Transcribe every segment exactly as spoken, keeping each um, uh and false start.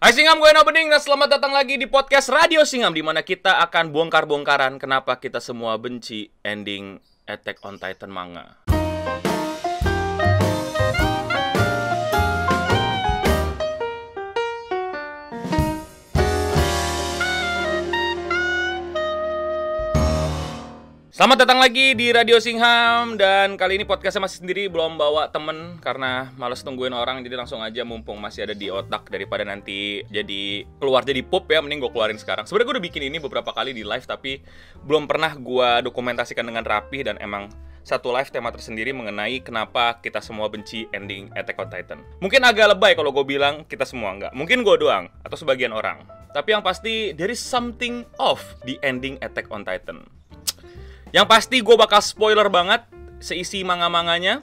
Hai Singam, gue Eno Bening dan selamat datang lagi di podcast Radio Singam, di mana kita akan bongkar-bongkaran kenapa kita semua benci ending Attack on Titan manga. Selamat datang lagi di Radio Singham. Dan kali ini podcastnya masih sendiri, belum bawa temen karena males tungguin orang. Jadi langsung aja mumpung masih ada di otak, daripada nanti jadi keluar jadi pop ya, mending gue keluarin sekarang. Sebenarnya gue udah bikin ini beberapa kali di live, tapi belum pernah gue dokumentasikan dengan rapi. Dan emang satu live tema tersendiri mengenai kenapa kita semua benci ending Attack on Titan. Mungkin agak lebay kalau gue bilang kita semua, enggak. Mungkin gue doang atau sebagian orang. Tapi yang pasti there is something off di ending Attack on Titan. Yang pasti gue bakal spoiler banget seisi manga-manganya.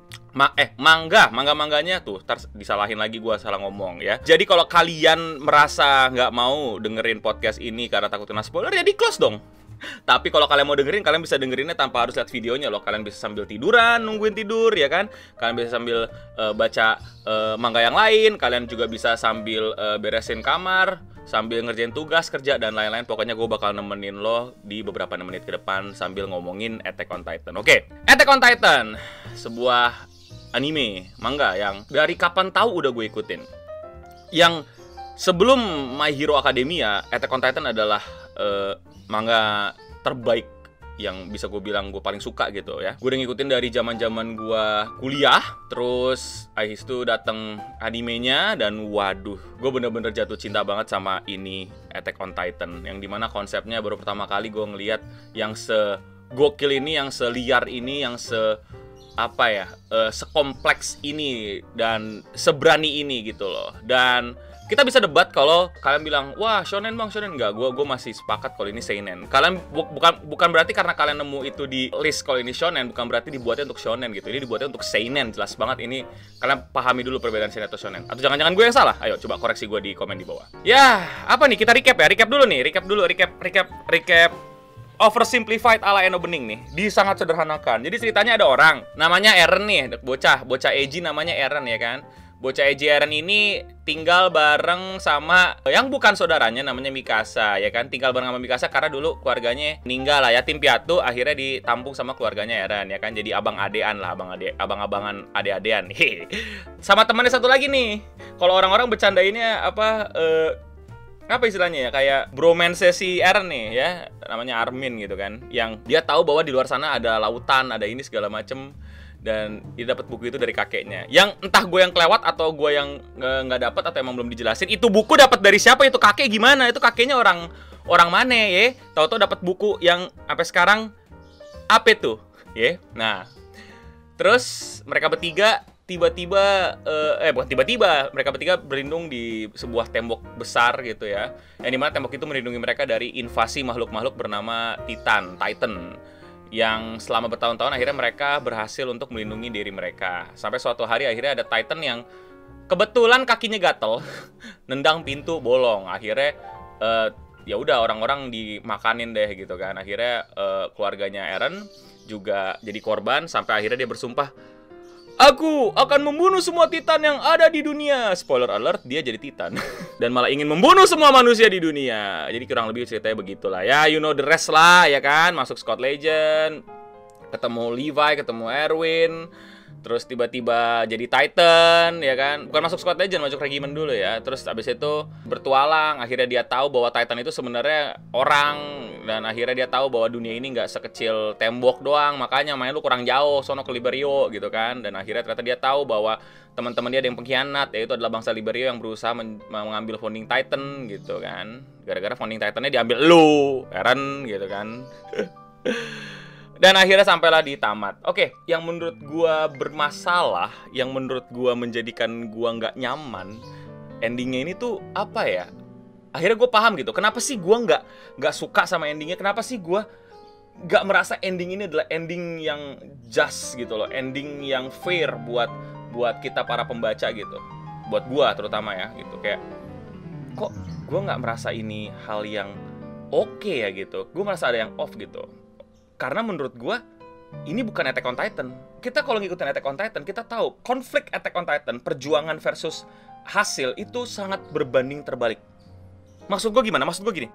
Ma eh, mangga, mangga-mangganya tuh, ntar disalahin lagi gue salah ngomong ya. Jadi kalau kalian merasa nggak mau dengerin podcast ini karena takut kena spoiler, ya di close dong. Tapi kalau kalian mau dengerin, kalian bisa dengerinnya tanpa harus lihat videonya loh. Kalian bisa sambil tiduran, nungguin tidur ya kan. Kalian bisa sambil uh, baca uh, manga yang lain. Kalian juga bisa sambil uh, beresin kamar, sambil ngerjain tugas, kerja, dan lain-lain. Pokoknya gue bakal nemenin lo di beberapa menit ke depan sambil ngomongin Attack on Titan. Oke, Attack on Titan, sebuah anime, manga yang dari kapan tahu udah gue ikutin. Yang sebelum My Hero Academia, Attack on Titan adalah uh, manga terbaik yang bisa gue bilang gue paling suka gitu ya. Gue udah ngikutin dari zaman-zaman gue kuliah. Terus habis itu dateng animenya dan waduh, gue bener-bener jatuh cinta banget sama ini Attack on Titan. Yang dimana konsepnya baru pertama kali gue ngeliat yang segokil ini, yang seliar ini, yang se apa ya, uh, sekompleks ini dan seberani ini gitu loh. Dan kita bisa debat kalau kalian bilang, wah shonen bang, shonen. Enggak, gue gue masih sepakat kalau ini seinen. Kalian bu bukan bukan berarti karena kalian nemu itu di list kalau ini shonen, bukan berarti dibuatnya untuk shonen gitu. Ini dibuatnya untuk seinen, jelas banget. Ini kalian pahami dulu perbedaan seinen atau shonen. Atau jangan-jangan gue yang salah? Ayo coba koreksi gue di komen di bawah. Ya, apa nih, kita recap ya, recap dulu nih, recap dulu, recap, recap, recap. Oversimplified ala Eno Bening nih, disangat sederhanakan. Jadi ceritanya ada orang, namanya Eren nih, bocah, bocah Eiji namanya Eren ya kan. Bocah Eiji Eren ini tinggal bareng sama yang bukan saudaranya, namanya Mikasa ya kan. Tinggal bareng sama Mikasa karena dulu keluarganya meninggal lah, yatim piatu, akhirnya ditampung sama keluarganya Eren ya kan. Jadi abang adean lah, abang ade, abang-abangan ade-adean. Sama temannya satu lagi nih. Kalau orang-orang bercandainnya apa eh, apa istilahnya ya, kayak bromance si Eren nih ya, namanya Armin gitu kan, yang dia tahu bahwa di luar sana ada lautan, ada ini segala macem, dan dia dapat buku itu dari kakeknya. Yang entah gue yang kelewat atau gue yang nggak dapat atau emang belum dijelasin, itu buku dapat dari siapa, itu kakek gimana, itu kakeknya orang orang mana ya, tahu-tahu dapat buku yang sampai sekarang apa tuh ya. Nah terus mereka bertiga tiba-tiba, eh bukan tiba-tiba, mereka bertiga berlindung di sebuah tembok besar gitu ya, yang dimana tembok itu melindungi mereka dari invasi makhluk-makhluk bernama Titan, Titan, yang selama bertahun-tahun akhirnya mereka berhasil untuk melindungi diri mereka. Sampai suatu hari akhirnya ada Titan yang kebetulan kakinya gatel, nendang pintu bolong. Akhirnya eh, ya udah orang-orang dimakanin deh gitu kan. Akhirnya eh, keluarganya Eren juga jadi korban sampai akhirnya dia bersumpah, aku akan membunuh semua Titan yang ada di dunia. Spoiler alert, dia jadi Titan. Dan malah ingin membunuh semua manusia di dunia. Jadi kurang lebih ceritanya begitulah. Ya, you know the rest lah, ya kan. Masuk Scott Legend, ketemu Levi, ketemu Erwin, terus tiba-tiba jadi Titan, ya kan. Bukan masuk Scott Legend, masuk Regiment dulu ya. Terus abis itu bertualang. Akhirnya dia tahu bahwa Titan itu sebenarnya orang. Dan akhirnya dia tahu bahwa dunia ini nggak sekecil tembok doang. Makanya main lu kurang jauh, sono ke Liberio gitu kan. Dan akhirnya ternyata dia tahu bahwa teman-teman dia ada yang pengkhianat, yaitu adalah bangsa Liberio yang berusaha mengambil founding Titan gitu kan. Gara-gara founding Titannya diambil lu, Eren gitu kan. Dan akhirnya sampailah di tamat. Oke, yang menurut gua bermasalah, yang menurut gua menjadikan gua nggak nyaman, endingnya ini tuh apa ya? Akhirnya gue paham gitu, kenapa sih gue nggak nggak suka sama endingnya, kenapa sih gue nggak merasa ending ini adalah ending yang just gitu loh, ending yang fair buat buat kita para pembaca gitu, buat gue terutama ya gitu. Kayak kok gue nggak merasa ini hal yang oke okay ya gitu, gue merasa ada yang off gitu. Karena menurut gue ini bukan Attack on Titan. Kita kalau ngikutin Attack on Titan, kita tahu konflik Attack on Titan, perjuangan versus hasil itu sangat berbanding terbalik. Maksud gue gimana? Maksud gue gini.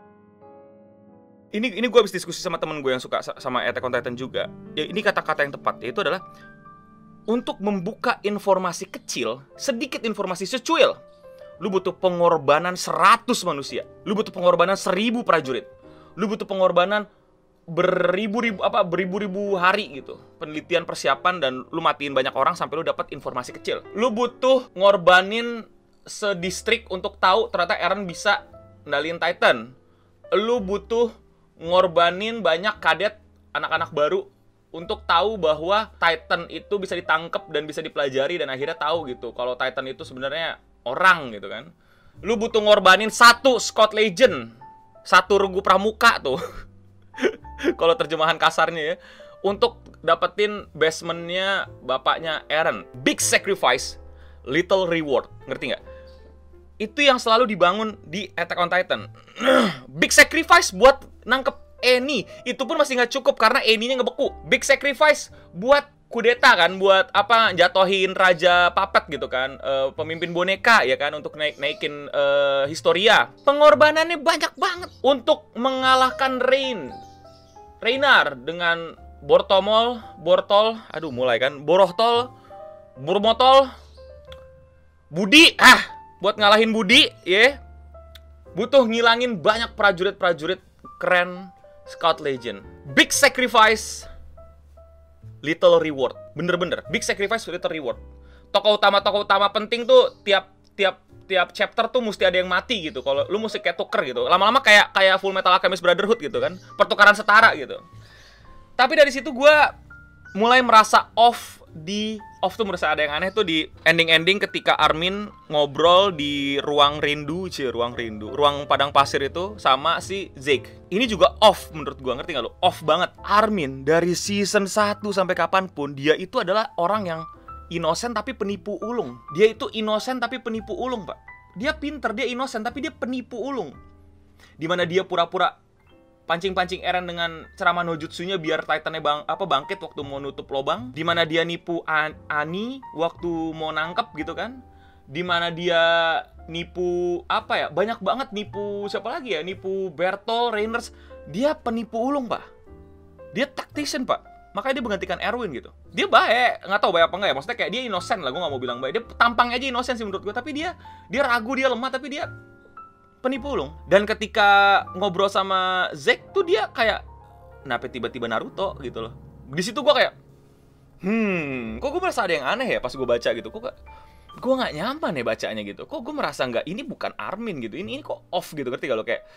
Ini ini gue habis diskusi sama temen gue yang suka sama Attack on Titan juga. Ya, ini kata-kata yang tepat, yaitu adalah untuk membuka informasi kecil, sedikit informasi secuil, lu butuh pengorbanan seratus manusia. Lu butuh pengorbanan seribu prajurit. Lu butuh pengorbanan beribu-ribu apa beribu-ribu hari gitu, penelitian, persiapan, dan lu matiin banyak orang sampai lu dapat informasi kecil. Lu butuh ngorbanin sedistrik untuk tahu ternyata Eren bisa ngendaliin Titan. Lu butuh ngorbanin banyak kadet, anak-anak baru, untuk tahu bahwa Titan itu bisa ditangkap dan bisa dipelajari, dan akhirnya tahu gitu kalau Titan itu sebenarnya orang gitu kan. Lu butuh ngorbanin satu Scott Legend, satu regu pramuka tuh. Kalau terjemahan kasarnya ya, untuk dapetin basementnya bapaknya Eren. Big sacrifice, little reward. Ngerti nggak? Itu yang selalu dibangun di Attack on Titan. Big sacrifice buat nangkep Annie, itu pun masih nggak cukup karena Annie-nya ngebeku. Big sacrifice buat kudeta kan, buat apa, jatohin Raja Puppet gitu kan, e, pemimpin boneka ya kan, untuk naik naikin e, Historia. Pengorbanannya banyak banget untuk mengalahkan Rain, Reinar dengan Bortomol, Bortol, aduh mulai kan, Borohtol, Burmotol, Budi, ah, buat ngalahin Budi, ya, yeah. Butuh ngilangin banyak prajurit-prajurit keren Scout Legend. Big sacrifice, little reward. Bener-bener, big sacrifice, little reward. Tokoh utama-tokoh utama penting tuh tiap tiap tiap chapter tuh mesti ada yang mati gitu. Kalau lu mesti kayak tuker gitu. Lama-lama kayak kayak Full Metal Alchemist Brotherhood gitu kan. Pertukaran setara gitu. Tapi dari situ gue mulai merasa off di off tuh merasa ada yang aneh tuh di ending-ending ketika Armin ngobrol di ruang rindu, cie, ruang rindu, ruang padang pasir itu sama si Zeke. Ini juga off menurut gue, ngerti gak lu? Off banget. Armin dari season satu sampai kapanpun dia itu adalah orang yang inosen tapi penipu ulung. Dia itu inosen tapi penipu ulung, Pak. Dia pinter, dia inosen tapi dia penipu ulung. Dimana dia pura-pura pancing-pancing Eren dengan ceramah nojutsunya biar Titannya bang apa bangkit waktu mau nutup lobang. Dimana dia nipu An Annie waktu mau nangkep gitu kan. Dimana dia nipu apa ya, banyak banget nipu siapa lagi ya, nipu Bertol, Reiners. Dia penipu ulung, Pak. Dia tactician, Pak. Makanya dia menggantikan Erwin gitu. Dia baik, nggak tahu baik apa enggak ya. Maksudnya kayak dia inosen lah, gue nggak mau bilang baik. Dia tampang aja inosen sih menurut gue. Tapi dia dia ragu, dia lemah, tapi dia penipu ulung. Dan ketika ngobrol sama Zeke tuh dia kayak, kenapa tiba-tiba Naruto gitu loh. Di situ gue kayak, hmm, kok gue merasa ada yang aneh ya pas gue baca gitu. Kok gak, gue nggak nyaman ya bacanya gitu. Kok gue merasa nggak, ini bukan Armin gitu. Ini ini kok off gitu, ngerti gak lo, kayak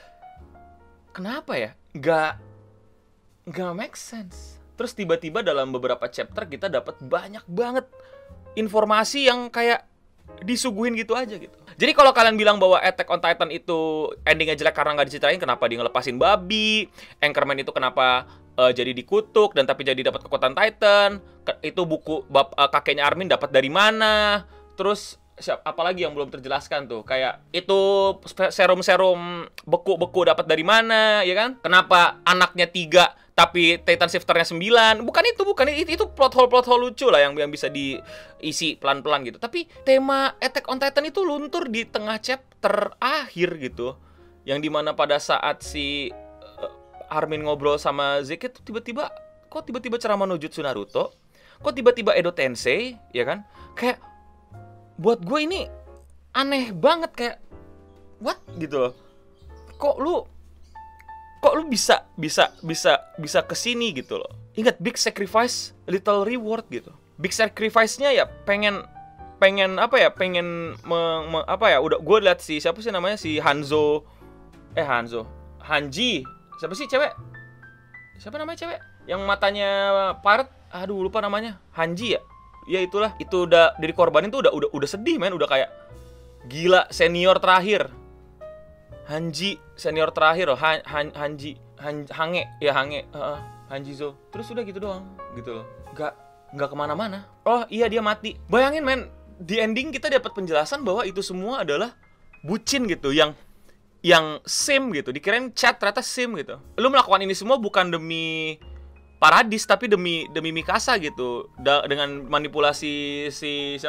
kenapa ya? Nggak nggak make sense. Terus tiba-tiba dalam beberapa chapter kita dapat banyak banget informasi yang kayak disuguhin gitu aja gitu. Jadi kalau kalian bilang bahwa Attack on Titan itu endingnya jelek karena nggak diceritain kenapa dia ngelepasin babi, Anchorman itu kenapa uh, jadi dikutuk dan tapi jadi dapat kekuatan Titan, ke, itu buku bab, uh, kakeknya Armin dapat dari mana, terus siap, apalagi yang belum terjelaskan tuh, kayak itu serum-serum beku-beku dapat dari mana, ya kan? Kenapa anaknya tiga tapi Titan Shifter-nya sembilan? Bukan itu, bukan itu, itu plot hole-plot hole lucu lah yang yang bisa diisi pelan-pelan gitu. Tapi tema Attack on Titan itu luntur di tengah chapter akhir gitu. Yang dimana pada saat si uh, Armin ngobrol sama Zeke itu tiba-tiba, kok tiba-tiba ceramah Nojutsu Naruto? Kok tiba-tiba Edo Tensei, ya kan? Kayak, buat gue ini aneh banget, kayak, what? Gitu loh. Kok lu kok lu bisa bisa bisa bisa kesini gitu loh. Ingat, big sacrifice, little reward gitu. Big sacrifice-nya ya pengen pengen apa ya, pengen me, me, apa ya, udah gue lihat si siapa sih namanya, si Hanzo eh Hanzo Hanji, siapa sih cewek, siapa namanya cewek yang matanya parut, aduh lupa namanya, Hanji ya, ya itulah, itu udah dari korbanin tuh udah udah udah sedih men, udah kayak gila, senior terakhir Hanji, senior terakhir loh, Han, Han, Hanji, Han, Hange, ya Hange, uh, Hanjizo. Terus udah gitu doang, gitu loh. Gak, gak kemana-mana. Oh iya, dia mati. Bayangin men, di ending kita dapat penjelasan bahwa itu semua adalah bucin gitu, yang yang sim gitu. Dikirain chat, ternyata sim gitu. Lu melakukan ini semua bukan demi Paradis, tapi demi demi Mikasa gitu. Da, dengan manipulasi si siapa?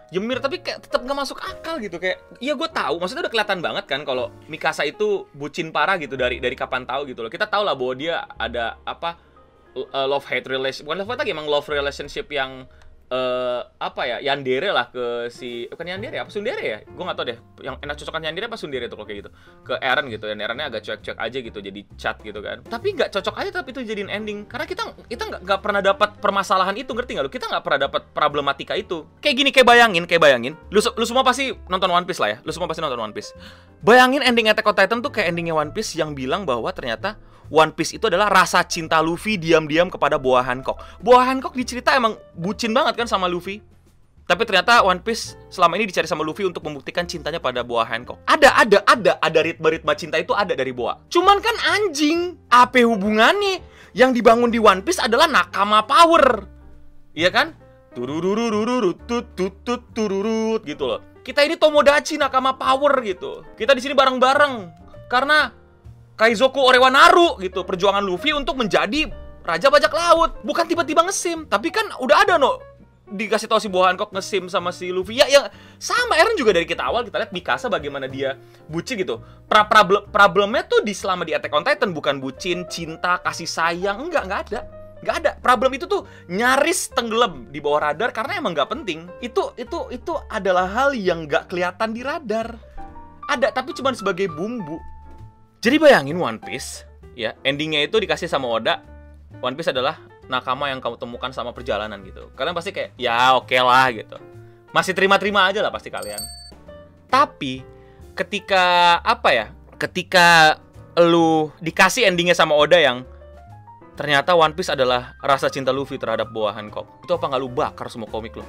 Ymir tapi kayak tetap nggak masuk akal gitu. Kayak iya gue tahu, maksudnya udah kelihatan banget kan kalau Mikasa itu bucin parah gitu dari dari kapan tahu gitu loh. Kita tahu lah bahwa dia ada apa uh, love hate relationship, bukan love hate lagi, emang love relationship yang uh, apa ya, yandere lah ke si, bukan yandere apa sundere ya, gue nggak tahu deh yang enak cocokan yandere apa sundere tuh kalau kayak gitu, ke Eren gitu, dan Erennya agak cuek-cuek aja gitu jadi chat gitu kan, tapi nggak cocok aja tapi itu jadiin ending karena kita kita nggak nggak pernah dapat permasalahan itu, ngerti nggak lu? Kita nggak pernah dapat problematika itu. Kayak gini, kayak bayangin kayak bayangin lu lu semua pasti nonton One Piece lah ya, lu semua pasti nonton One Piece. Bayangin ending Attack on Titan tuh kayak endingnya One Piece yang bilang bahwa ternyata One Piece itu adalah rasa cinta Luffy diam-diam kepada Boa Hancock. Boa Hancock dicerita emang bucin banget kan sama Luffy. Tapi ternyata One Piece selama ini dicari sama Luffy untuk membuktikan cintanya pada Boa Hancock. Ada, ada, ada, ada ritme-ritme cinta itu ada dari Boa. Cuman kan anjing, apa hubungannya? Yang dibangun di One Piece adalah nakama power. Iya kan? Turururururut, tut, tut, tut, tururut gitu loh. Kita ini Tomodachi nakama power gitu. Kita di sini bareng-bareng karena Kaizoku Orewanaru gitu, perjuangan Luffy untuk menjadi raja bajak laut. Bukan tiba-tiba ngesim, tapi kan udah ada no dikasih tahu si Boa Hancock ngesim sama si Luffy. Ya yang sama Eren juga dari kita awal kita lihat Mikasa bagaimana dia bucin gitu. Pra problem problemnya tuh di selama di Attack on Titan bukan bucin, cinta, kasih sayang, enggak, enggak ada. Enggak ada. Problem itu tuh nyaris tenggelam di bawah radar karena emang nggak penting. Itu itu itu adalah hal yang nggak kelihatan di radar. Ada tapi cuma sebagai bumbu. Jadi bayangin One Piece, ya, endingnya itu dikasih sama Oda, One Piece adalah nakama yang kamu temukan sama perjalanan gitu. Kalian pasti kayak, ya oke okay lah gitu. Masih terima-terima aja lah pasti kalian. Tapi, ketika, apa ya, ketika lu dikasih endingnya sama Oda yang ternyata One Piece adalah rasa cinta Luffy terhadap Boa Hancock, itu apa nggak lu bakar semua komik lu?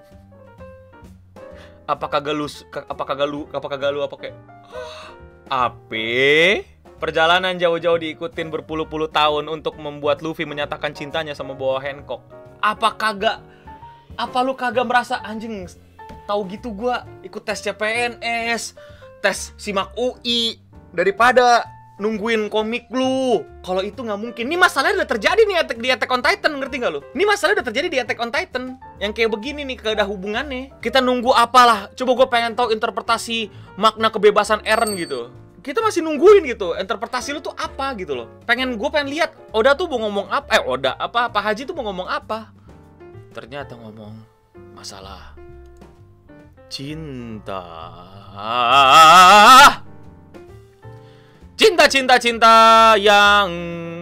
Apakah gak lu, apakah gak lu, apakah gak lu, apa kayak... Ape, perjalanan jauh-jauh diikutin berpuluh-puluh tahun untuk membuat Luffy menyatakan cintanya sama Boa Hancock. Apa kagak? Apa lu kagak merasa anjing? Tahu gitu gua ikut tes C P N S, tes SIMAK U I daripada nungguin komik lu. Kalau itu nggak mungkin. Ini masalahnya udah terjadi nih di Attack on Titan, ngerti nggak lu? Ini masalahnya udah terjadi di Attack on Titan. Yang kayak begini nih, kagak ada hubungannya. Kita nunggu apalah. Coba gue pengen tahu interpretasi makna kebebasan Eren gitu. Kita masih nungguin gitu. Interpretasi lu tuh apa gitu loh. Pengen gue pengen lihat Oda tuh mau ngomong apa? Eh Oda apa? Pak Haji tuh mau ngomong apa? Ternyata ngomong masalah cinta. Cinta, cinta, cinta yang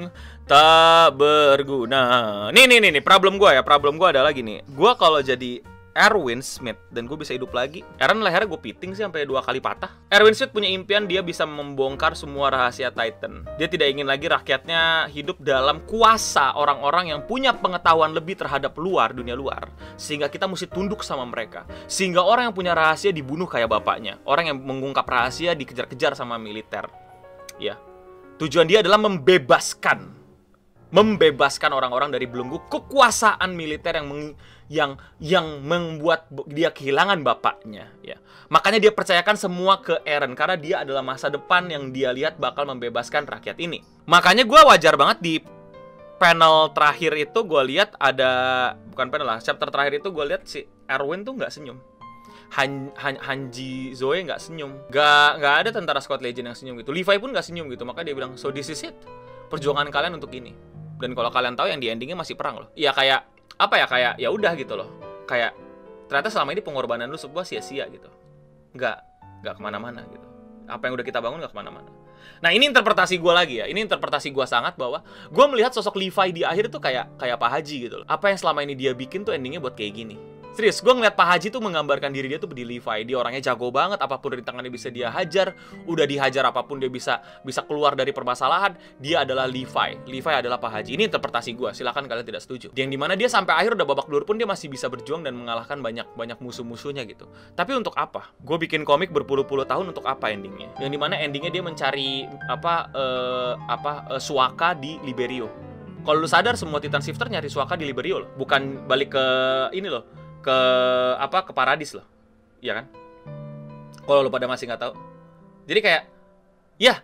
tak berguna. Nih, nih, nih, nih, problem gue ya. Problem gue adalah gini. Gue kalau jadi Erwin Smith dan gue bisa hidup lagi. Eren lehernya gue piting sih sampai dua kali patah. Erwin Smith punya impian dia bisa membongkar semua rahasia Titan. Dia tidak ingin lagi rakyatnya hidup dalam kuasa orang-orang yang punya pengetahuan lebih terhadap luar, dunia luar. Sehingga kita mesti tunduk sama mereka. Sehingga orang yang punya rahasia dibunuh kayak bapaknya. Orang yang mengungkap rahasia dikejar-kejar sama militer. Ya, tujuan dia adalah membebaskan, membebaskan orang-orang dari belenggu kekuasaan militer yang meng, yang yang membuat dia kehilangan bapaknya. Ya, makanya dia percayakan semua ke Eren karena dia adalah masa depan yang dia lihat bakal membebaskan rakyat ini. Makanya gue wajar banget di panel terakhir itu gue lihat ada, bukan panel lah, chapter terakhir itu gue lihat si Erwin tuh nggak senyum. Han, Han, Hanji Zoe nggak senyum, nggak nggak ada tentara Squad Legend yang senyum gitu. Levi pun nggak senyum gitu, maka dia bilang so this is it, perjuangan kalian untuk ini. Dan kalau kalian tahu yang di endingnya masih perang loh. Ya kayak apa ya, kayak ya udah gitu loh, kayak ternyata selama ini pengorbanan lu sebuah sia-sia gitu, nggak nggak kemana-mana gitu. Apa yang udah kita bangun nggak kemana-mana. Nah ini interpretasi gue lagi ya, ini interpretasi gue sangat bahwa gue melihat sosok Levi di akhir tuh kayak kayak Pak Haji gitu loh. Apa yang selama ini dia bikin tuh endingnya buat kayak gini. Serius, gue ngeliat Pak Haji tuh menggambarkan diri dia tuh di Levi. Dia orangnya jago banget, apapun dari tangannya bisa dia hajar. Udah dihajar apapun dia bisa bisa keluar dari permasalahan. Dia adalah Levi. Levi adalah Pak Haji. Ini interpretasi gue, silakan kalian tidak setuju. Yang dimana dia sampai akhir udah babak belur pun dia masih bisa berjuang dan mengalahkan banyak banyak musuh-musuhnya gitu. Tapi untuk apa? Gue bikin komik berpuluh-puluh tahun untuk apa endingnya? Yang dimana endingnya dia mencari apa uh, apa uh, Suaka di Liberio. Kalau lu sadar semua Titan Shifter nyari Suaka di Liberio loh, bukan balik ke ini loh. ke apa ke Paradis loh, ya kan? Kalau lu pada masih nggak tahu, jadi kayak, ya,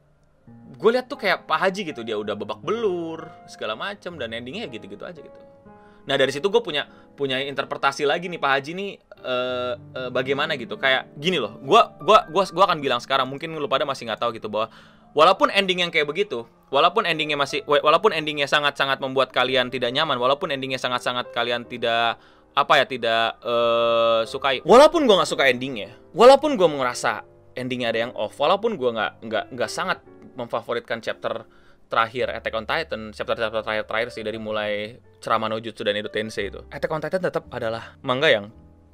gue lihat tuh kayak Pak Haji gitu, dia udah babak belur segala macem dan endingnya gitu-gitu aja gitu. Nah dari situ gue punya punya interpretasi lagi nih, Pak Haji nih uh, uh, bagaimana gitu. Kayak gini loh, gua gua gua gua akan bilang sekarang, mungkin lu pada masih nggak tahu gitu, bahwa walaupun ending yang kayak begitu, walaupun endingnya masih walaupun endingnya sangat-sangat membuat kalian tidak nyaman, walaupun endingnya sangat-sangat kalian tidak apa ya tidak uh, sukai, walaupun gua nggak suka endingnya, walaupun gua merasa endingnya ada yang off, walaupun gua nggak nggak nggak sangat memfavoritkan chapter terakhir Attack on Titan, chapter-chapter terakhir-terakhir sih, dari mulai Ceramah no Jutsu dan Edo Tensei itu, Attack on Titan tetap adalah manga yang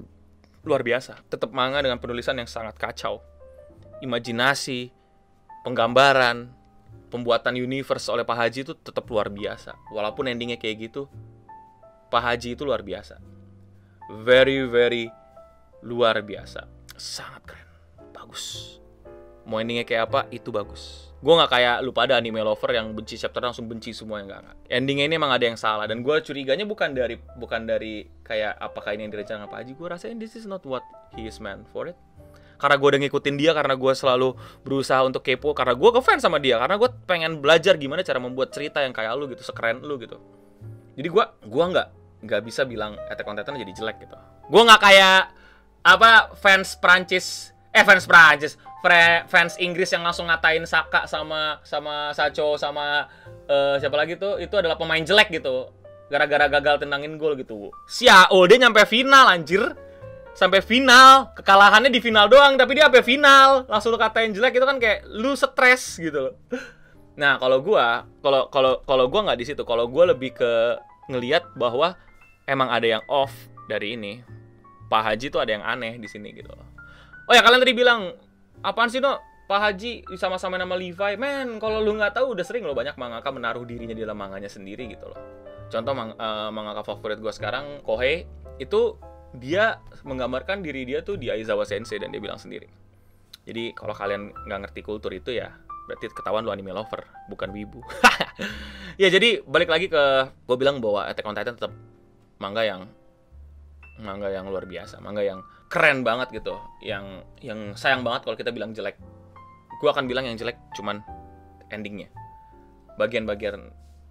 luar biasa. Tetap manga dengan penulisan yang sangat kacau, imajinasi, penggambaran, pembuatan universe oleh Pak Haji itu tetap luar biasa. Walaupun endingnya kayak gitu, Pak Haji itu luar biasa. Very, very luar biasa. Sangat keren. Bagus. Mau endingnya kayak apa, itu bagus. Gue gak kayak lu pada anime lover yang benci chapter langsung benci semuanya, enggak, enggak. Endingnya ini emang ada yang salah. Dan gue curiganya bukan dari bukan dari kayak apakah ini yang direncanakan Pak Haji. Gue rasain this is not what he is meant for it. Karena gue udah ngikutin dia, karena gue selalu berusaha untuk kepo, karena gue ngefans sama dia, karena gue pengen belajar gimana cara membuat cerita yang kayak lu gitu, sekeren lu gitu. Jadi gue gue nggak nggak bisa bilang Attack on Titan jadi jelek gitu. Gue nggak kayak apa fans Prancis, eh fans Prancis, fans Inggris yang langsung ngatain Saka sama sama Sacho sama uh, siapa lagi tuh, itu adalah pemain jelek gitu, gara-gara gagal tendangin gol gitu. Xiao dia nyampe final anjir. Sampai final, kekalahannya di final doang, tapi dia sampai final, langsung lu katain jelek, itu kan kayak lu stres gitu loh. Nah, kalau gua, kalau kalau kalau gua nggak di situ, kalau gua lebih ke ngelihat bahwa emang ada yang off dari ini. Pak Haji tuh ada yang aneh di sini gitu loh. Oh ya, kalian tadi bilang, apaan sih, No? Pak Haji sama-sama nama Levi. Men, kalau lu nggak tahu, udah sering loh banyak mangaka menaruh dirinya di dalam manganya sendiri gitu loh. Contoh mang uh, mangaka favorit gua sekarang, Kohei, itu dia menggambarkan diri dia tuh di Aizawa Sensei, dan dia bilang sendiri. Jadi kalau kalian nggak ngerti kultur itu ya berarti ketahuan lu anime lover, bukan wibu. Ya jadi balik lagi ke gue bilang bahwa Attack on Titan tetap manga yang manga yang luar biasa, manga yang keren banget gitu, yang yang sayang banget kalau kita bilang jelek. Gue akan bilang yang jelek cuman endingnya, bagian-bagian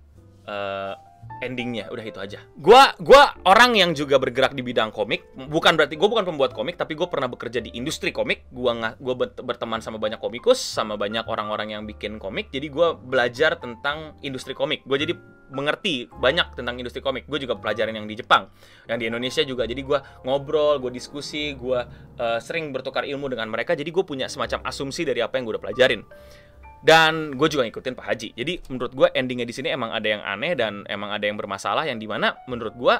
uh, endingnya, udah itu aja. Gua gua orang yang juga bergerak di bidang komik, bukan berarti gue bukan pembuat komik, tapi gue pernah bekerja di industri komik. Gua nggak gua berteman sama banyak komikus, sama banyak orang-orang yang bikin komik. Jadi gue belajar tentang industri komik. Gue jadi mengerti banyak tentang industri komik. Gue juga pelajarin yang di Jepang, yang di Indonesia juga. Jadi gue ngobrol, gue diskusi, gue uh, sering bertukar ilmu dengan mereka. Jadi gue punya semacam asumsi dari apa yang gue udah pelajarin. Dan gue juga ngikutin Pak Haji. Jadi menurut gue endingnya di sini emang ada yang aneh dan emang ada yang bermasalah, yang dimana menurut gue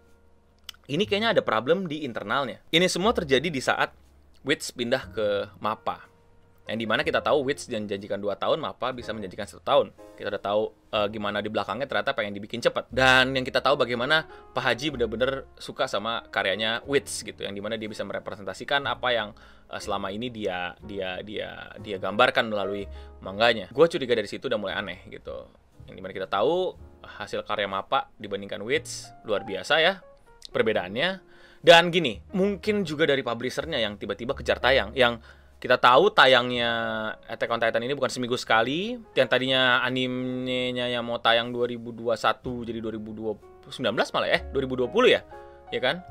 ini kayaknya ada problem di internalnya. Ini semua terjadi di saat Wits pindah ke MAPPA, yang dimana kita tahu Wits janjikan dua tahun, MAPPA bisa menjanjikan satu tahun. Kita udah tahu uh, gimana di belakangnya ternyata pengen dibikin cepat. Dan yang kita tahu bagaimana Pak Haji benar-benar suka sama karyanya Wits gitu, yang dimana dia bisa merepresentasikan apa yang uh, selama ini dia dia dia dia gambarkan melalui manganya. Gue curiga dari situ udah mulai aneh gitu. Yang dimana kita tahu hasil karya MAPPA dibandingkan Wits luar biasa ya perbedaannya. Dan gini, mungkin juga dari publishernya yang tiba-tiba kejar tayang, yang kita tahu tayangnya Attack on Titan ini bukan seminggu sekali. Yang tadinya animenya yang mau tayang dua ribu dua puluh satu jadi dua ribu sembilan belas malah ya, dua ribu dua puluh ya, ya kan?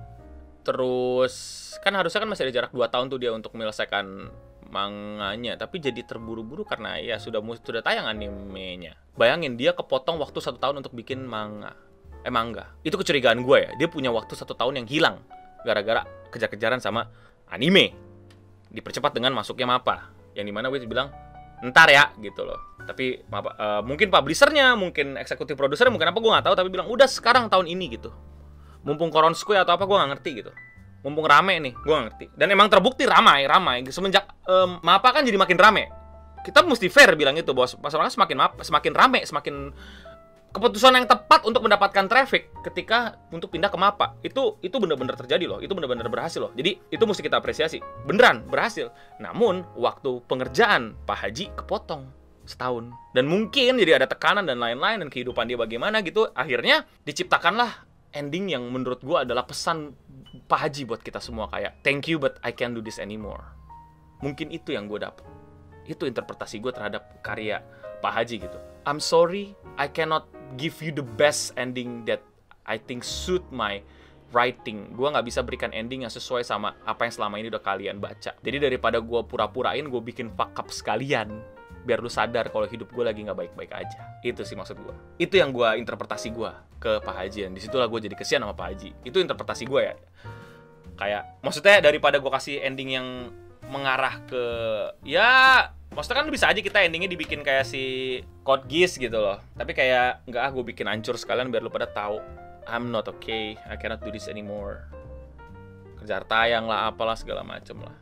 Terus kan harusnya kan masih ada jarak dua tahun tuh dia untuk menyelesaikan manganya, tapi jadi terburu-buru karena ya sudah sudah tayang animenya. Bayangin dia kepotong waktu satu tahun untuk bikin manga, eh manga. Itu kecurigaan gue ya, dia punya waktu satu tahun yang hilang gara-gara kejar-kejaran sama anime. Dipercepat dengan masuknya MAPPA, yang dimana Wits bilang ntar ya gitu loh. Tapi MAPPA, uh, mungkin publishernya, mungkin eksekutif produsernya, mungkin apa gue nggak tahu, tapi bilang udah sekarang tahun ini gitu. Mumpung Koronskui atau apa gue nggak ngerti gitu. Mumpung rame nih, gue nggak ngerti. Dan emang terbukti ramai, ramai. Semenjak um, MAPPA kan jadi makin rame. Kita mesti fair bilang itu, bahwa masalahnya semakin MAPPA, semakin rame, semakin keputusan yang tepat untuk mendapatkan traffic ketika untuk pindah ke MAPPA. Itu itu benar-benar terjadi loh. Itu benar-benar berhasil loh. Jadi itu mesti kita apresiasi. Beneran berhasil. Namun waktu pengerjaan Pak Haji kepotong setahun. Dan mungkin jadi ada tekanan dan lain-lain, dan kehidupan dia bagaimana gitu. Akhirnya diciptakanlah ending yang menurut gue adalah pesan Pak Haji buat kita semua, kayak thank you but I can't do this anymore. Mungkin itu yang gue dapet. Itu interpretasi gue terhadap karya Pak Haji gitu. I'm sorry, I cannot give you the best ending that I think suit my writing. Gue nggak bisa berikan ending yang sesuai sama apa yang selama ini udah kalian baca. Jadi daripada gue pura-purain, gue bikin fuck up sekalian. Biar lu sadar kalau hidup gue lagi nggak baik-baik aja. Itu sih maksud gue. Itu yang gue interpretasi gue ke Pak Haji. Dan disitulah gue jadi kesian sama Pak Haji. Itu interpretasi gue ya. Kayak, maksudnya daripada gue kasih ending yang mengarah ke, ya, maksudnya kan bisa aja kita endingnya dibikin kayak si Code Geass gitu loh. Tapi kayak, nggak ah, gue bikin hancur sekalian biar lu pada tahu, I'm not okay, I cannot do this anymore. Kejar tayang lah, apalah segala macem lah.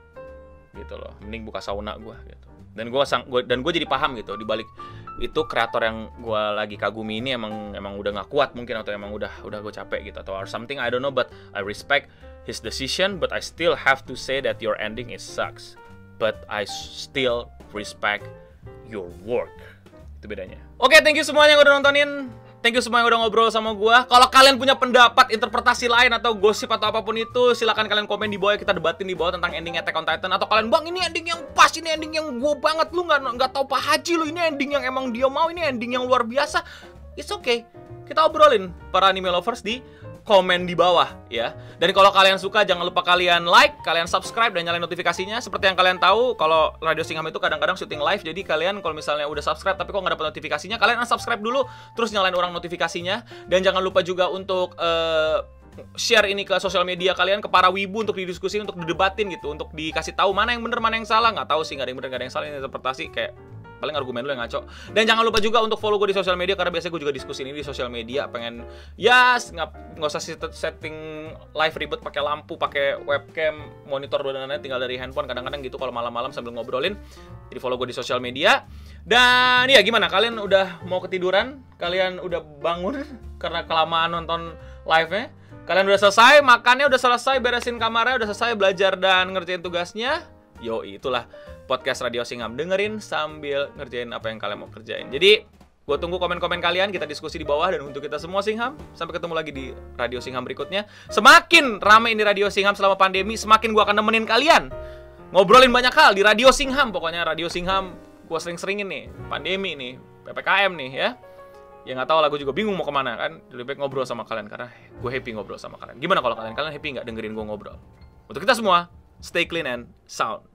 Gitu loh, mending buka sauna gue gitu. Dan gue sang, gua, dan gue jadi paham gitu, dibalik itu kreator yang gue lagi kagumi ini emang emang udah nggak kuat mungkin, atau emang udah udah gue capek gitu, atau or something, I don't know, but I respect his decision, but I still have to say that your ending is sucks, but I still respect your work. Itu bedanya. Oke, okay, thank you semuanya yang udah nontonin. Thank you semua yang udah ngobrol sama gua. Kalau kalian punya pendapat, interpretasi lain, atau gosip atau apapun itu, silakan kalian komen di bawah, kita debatin di bawah tentang ending Attack on Titan. Atau kalian, bang, ini ending yang pas, ini ending yang gua banget, lu nggak nggak tahu Pak Haji lu, ini ending yang emang dia mau, ini ending yang luar biasa. It's okay, kita obrolin para anime lovers di komen di bawah ya. Dan kalau kalian suka, jangan lupa kalian like, kalian subscribe, dan nyalain notifikasinya. Seperti yang kalian tahu, kalau Radio Singham itu kadang-kadang syuting live. Jadi kalian kalau misalnya udah subscribe tapi kok nggak dapat notifikasinya, kalian unsubscribe dulu, terus nyalain orang notifikasinya. Dan jangan lupa juga untuk uh, share ini ke sosial media kalian, ke para wibu, untuk didiskusin, untuk didebatin gitu, untuk dikasih tahu mana yang bener, mana yang salah. Nggak tahu sih, nggak ada yang bener, nggak ada yang salah, ini interpretasi kayak paling argumen lu yang ngaco. Dan jangan lupa juga untuk follow gue di sosial media, karena biasanya gue juga diskusi ini di sosial media. Pengen ya nggak nggak usah setting live ribet pakai lampu, pakai webcam, monitor, dan lain-lain, tinggal dari handphone. Kadang-kadang gitu kalau malam-malam sambil ngobrolin. Jadi follow gue di sosial media. Dan ya gimana, kalian udah mau ketiduran? Kalian udah bangun karena kelamaan nonton live-nya? Kalian udah selesai makannya, udah selesai beresin kamarnya, udah selesai belajar dan ngerjain tugasnya? Yo, itulah podcast Radio Singham, dengerin sambil ngerjain apa yang kalian mau kerjain. Jadi, gue tunggu komen-komen kalian, kita diskusi di bawah. Dan untuk kita semua Singham, sampai ketemu lagi di Radio Singham berikutnya. Semakin rame ini Radio Singham selama pandemi, semakin gue akan nemenin kalian ngobrolin banyak hal di Radio Singham. Pokoknya Radio Singham gue sering-seringin nih, pandemi nih, P P K M nih ya. Ya nggak tahu lah, gue juga bingung mau kemana kan. Lebih baik ngobrol sama kalian, karena gue happy ngobrol sama kalian. Gimana kalau kalian? Kalian happy nggak dengerin gue ngobrol? Untuk kita semua, stay clean and sound.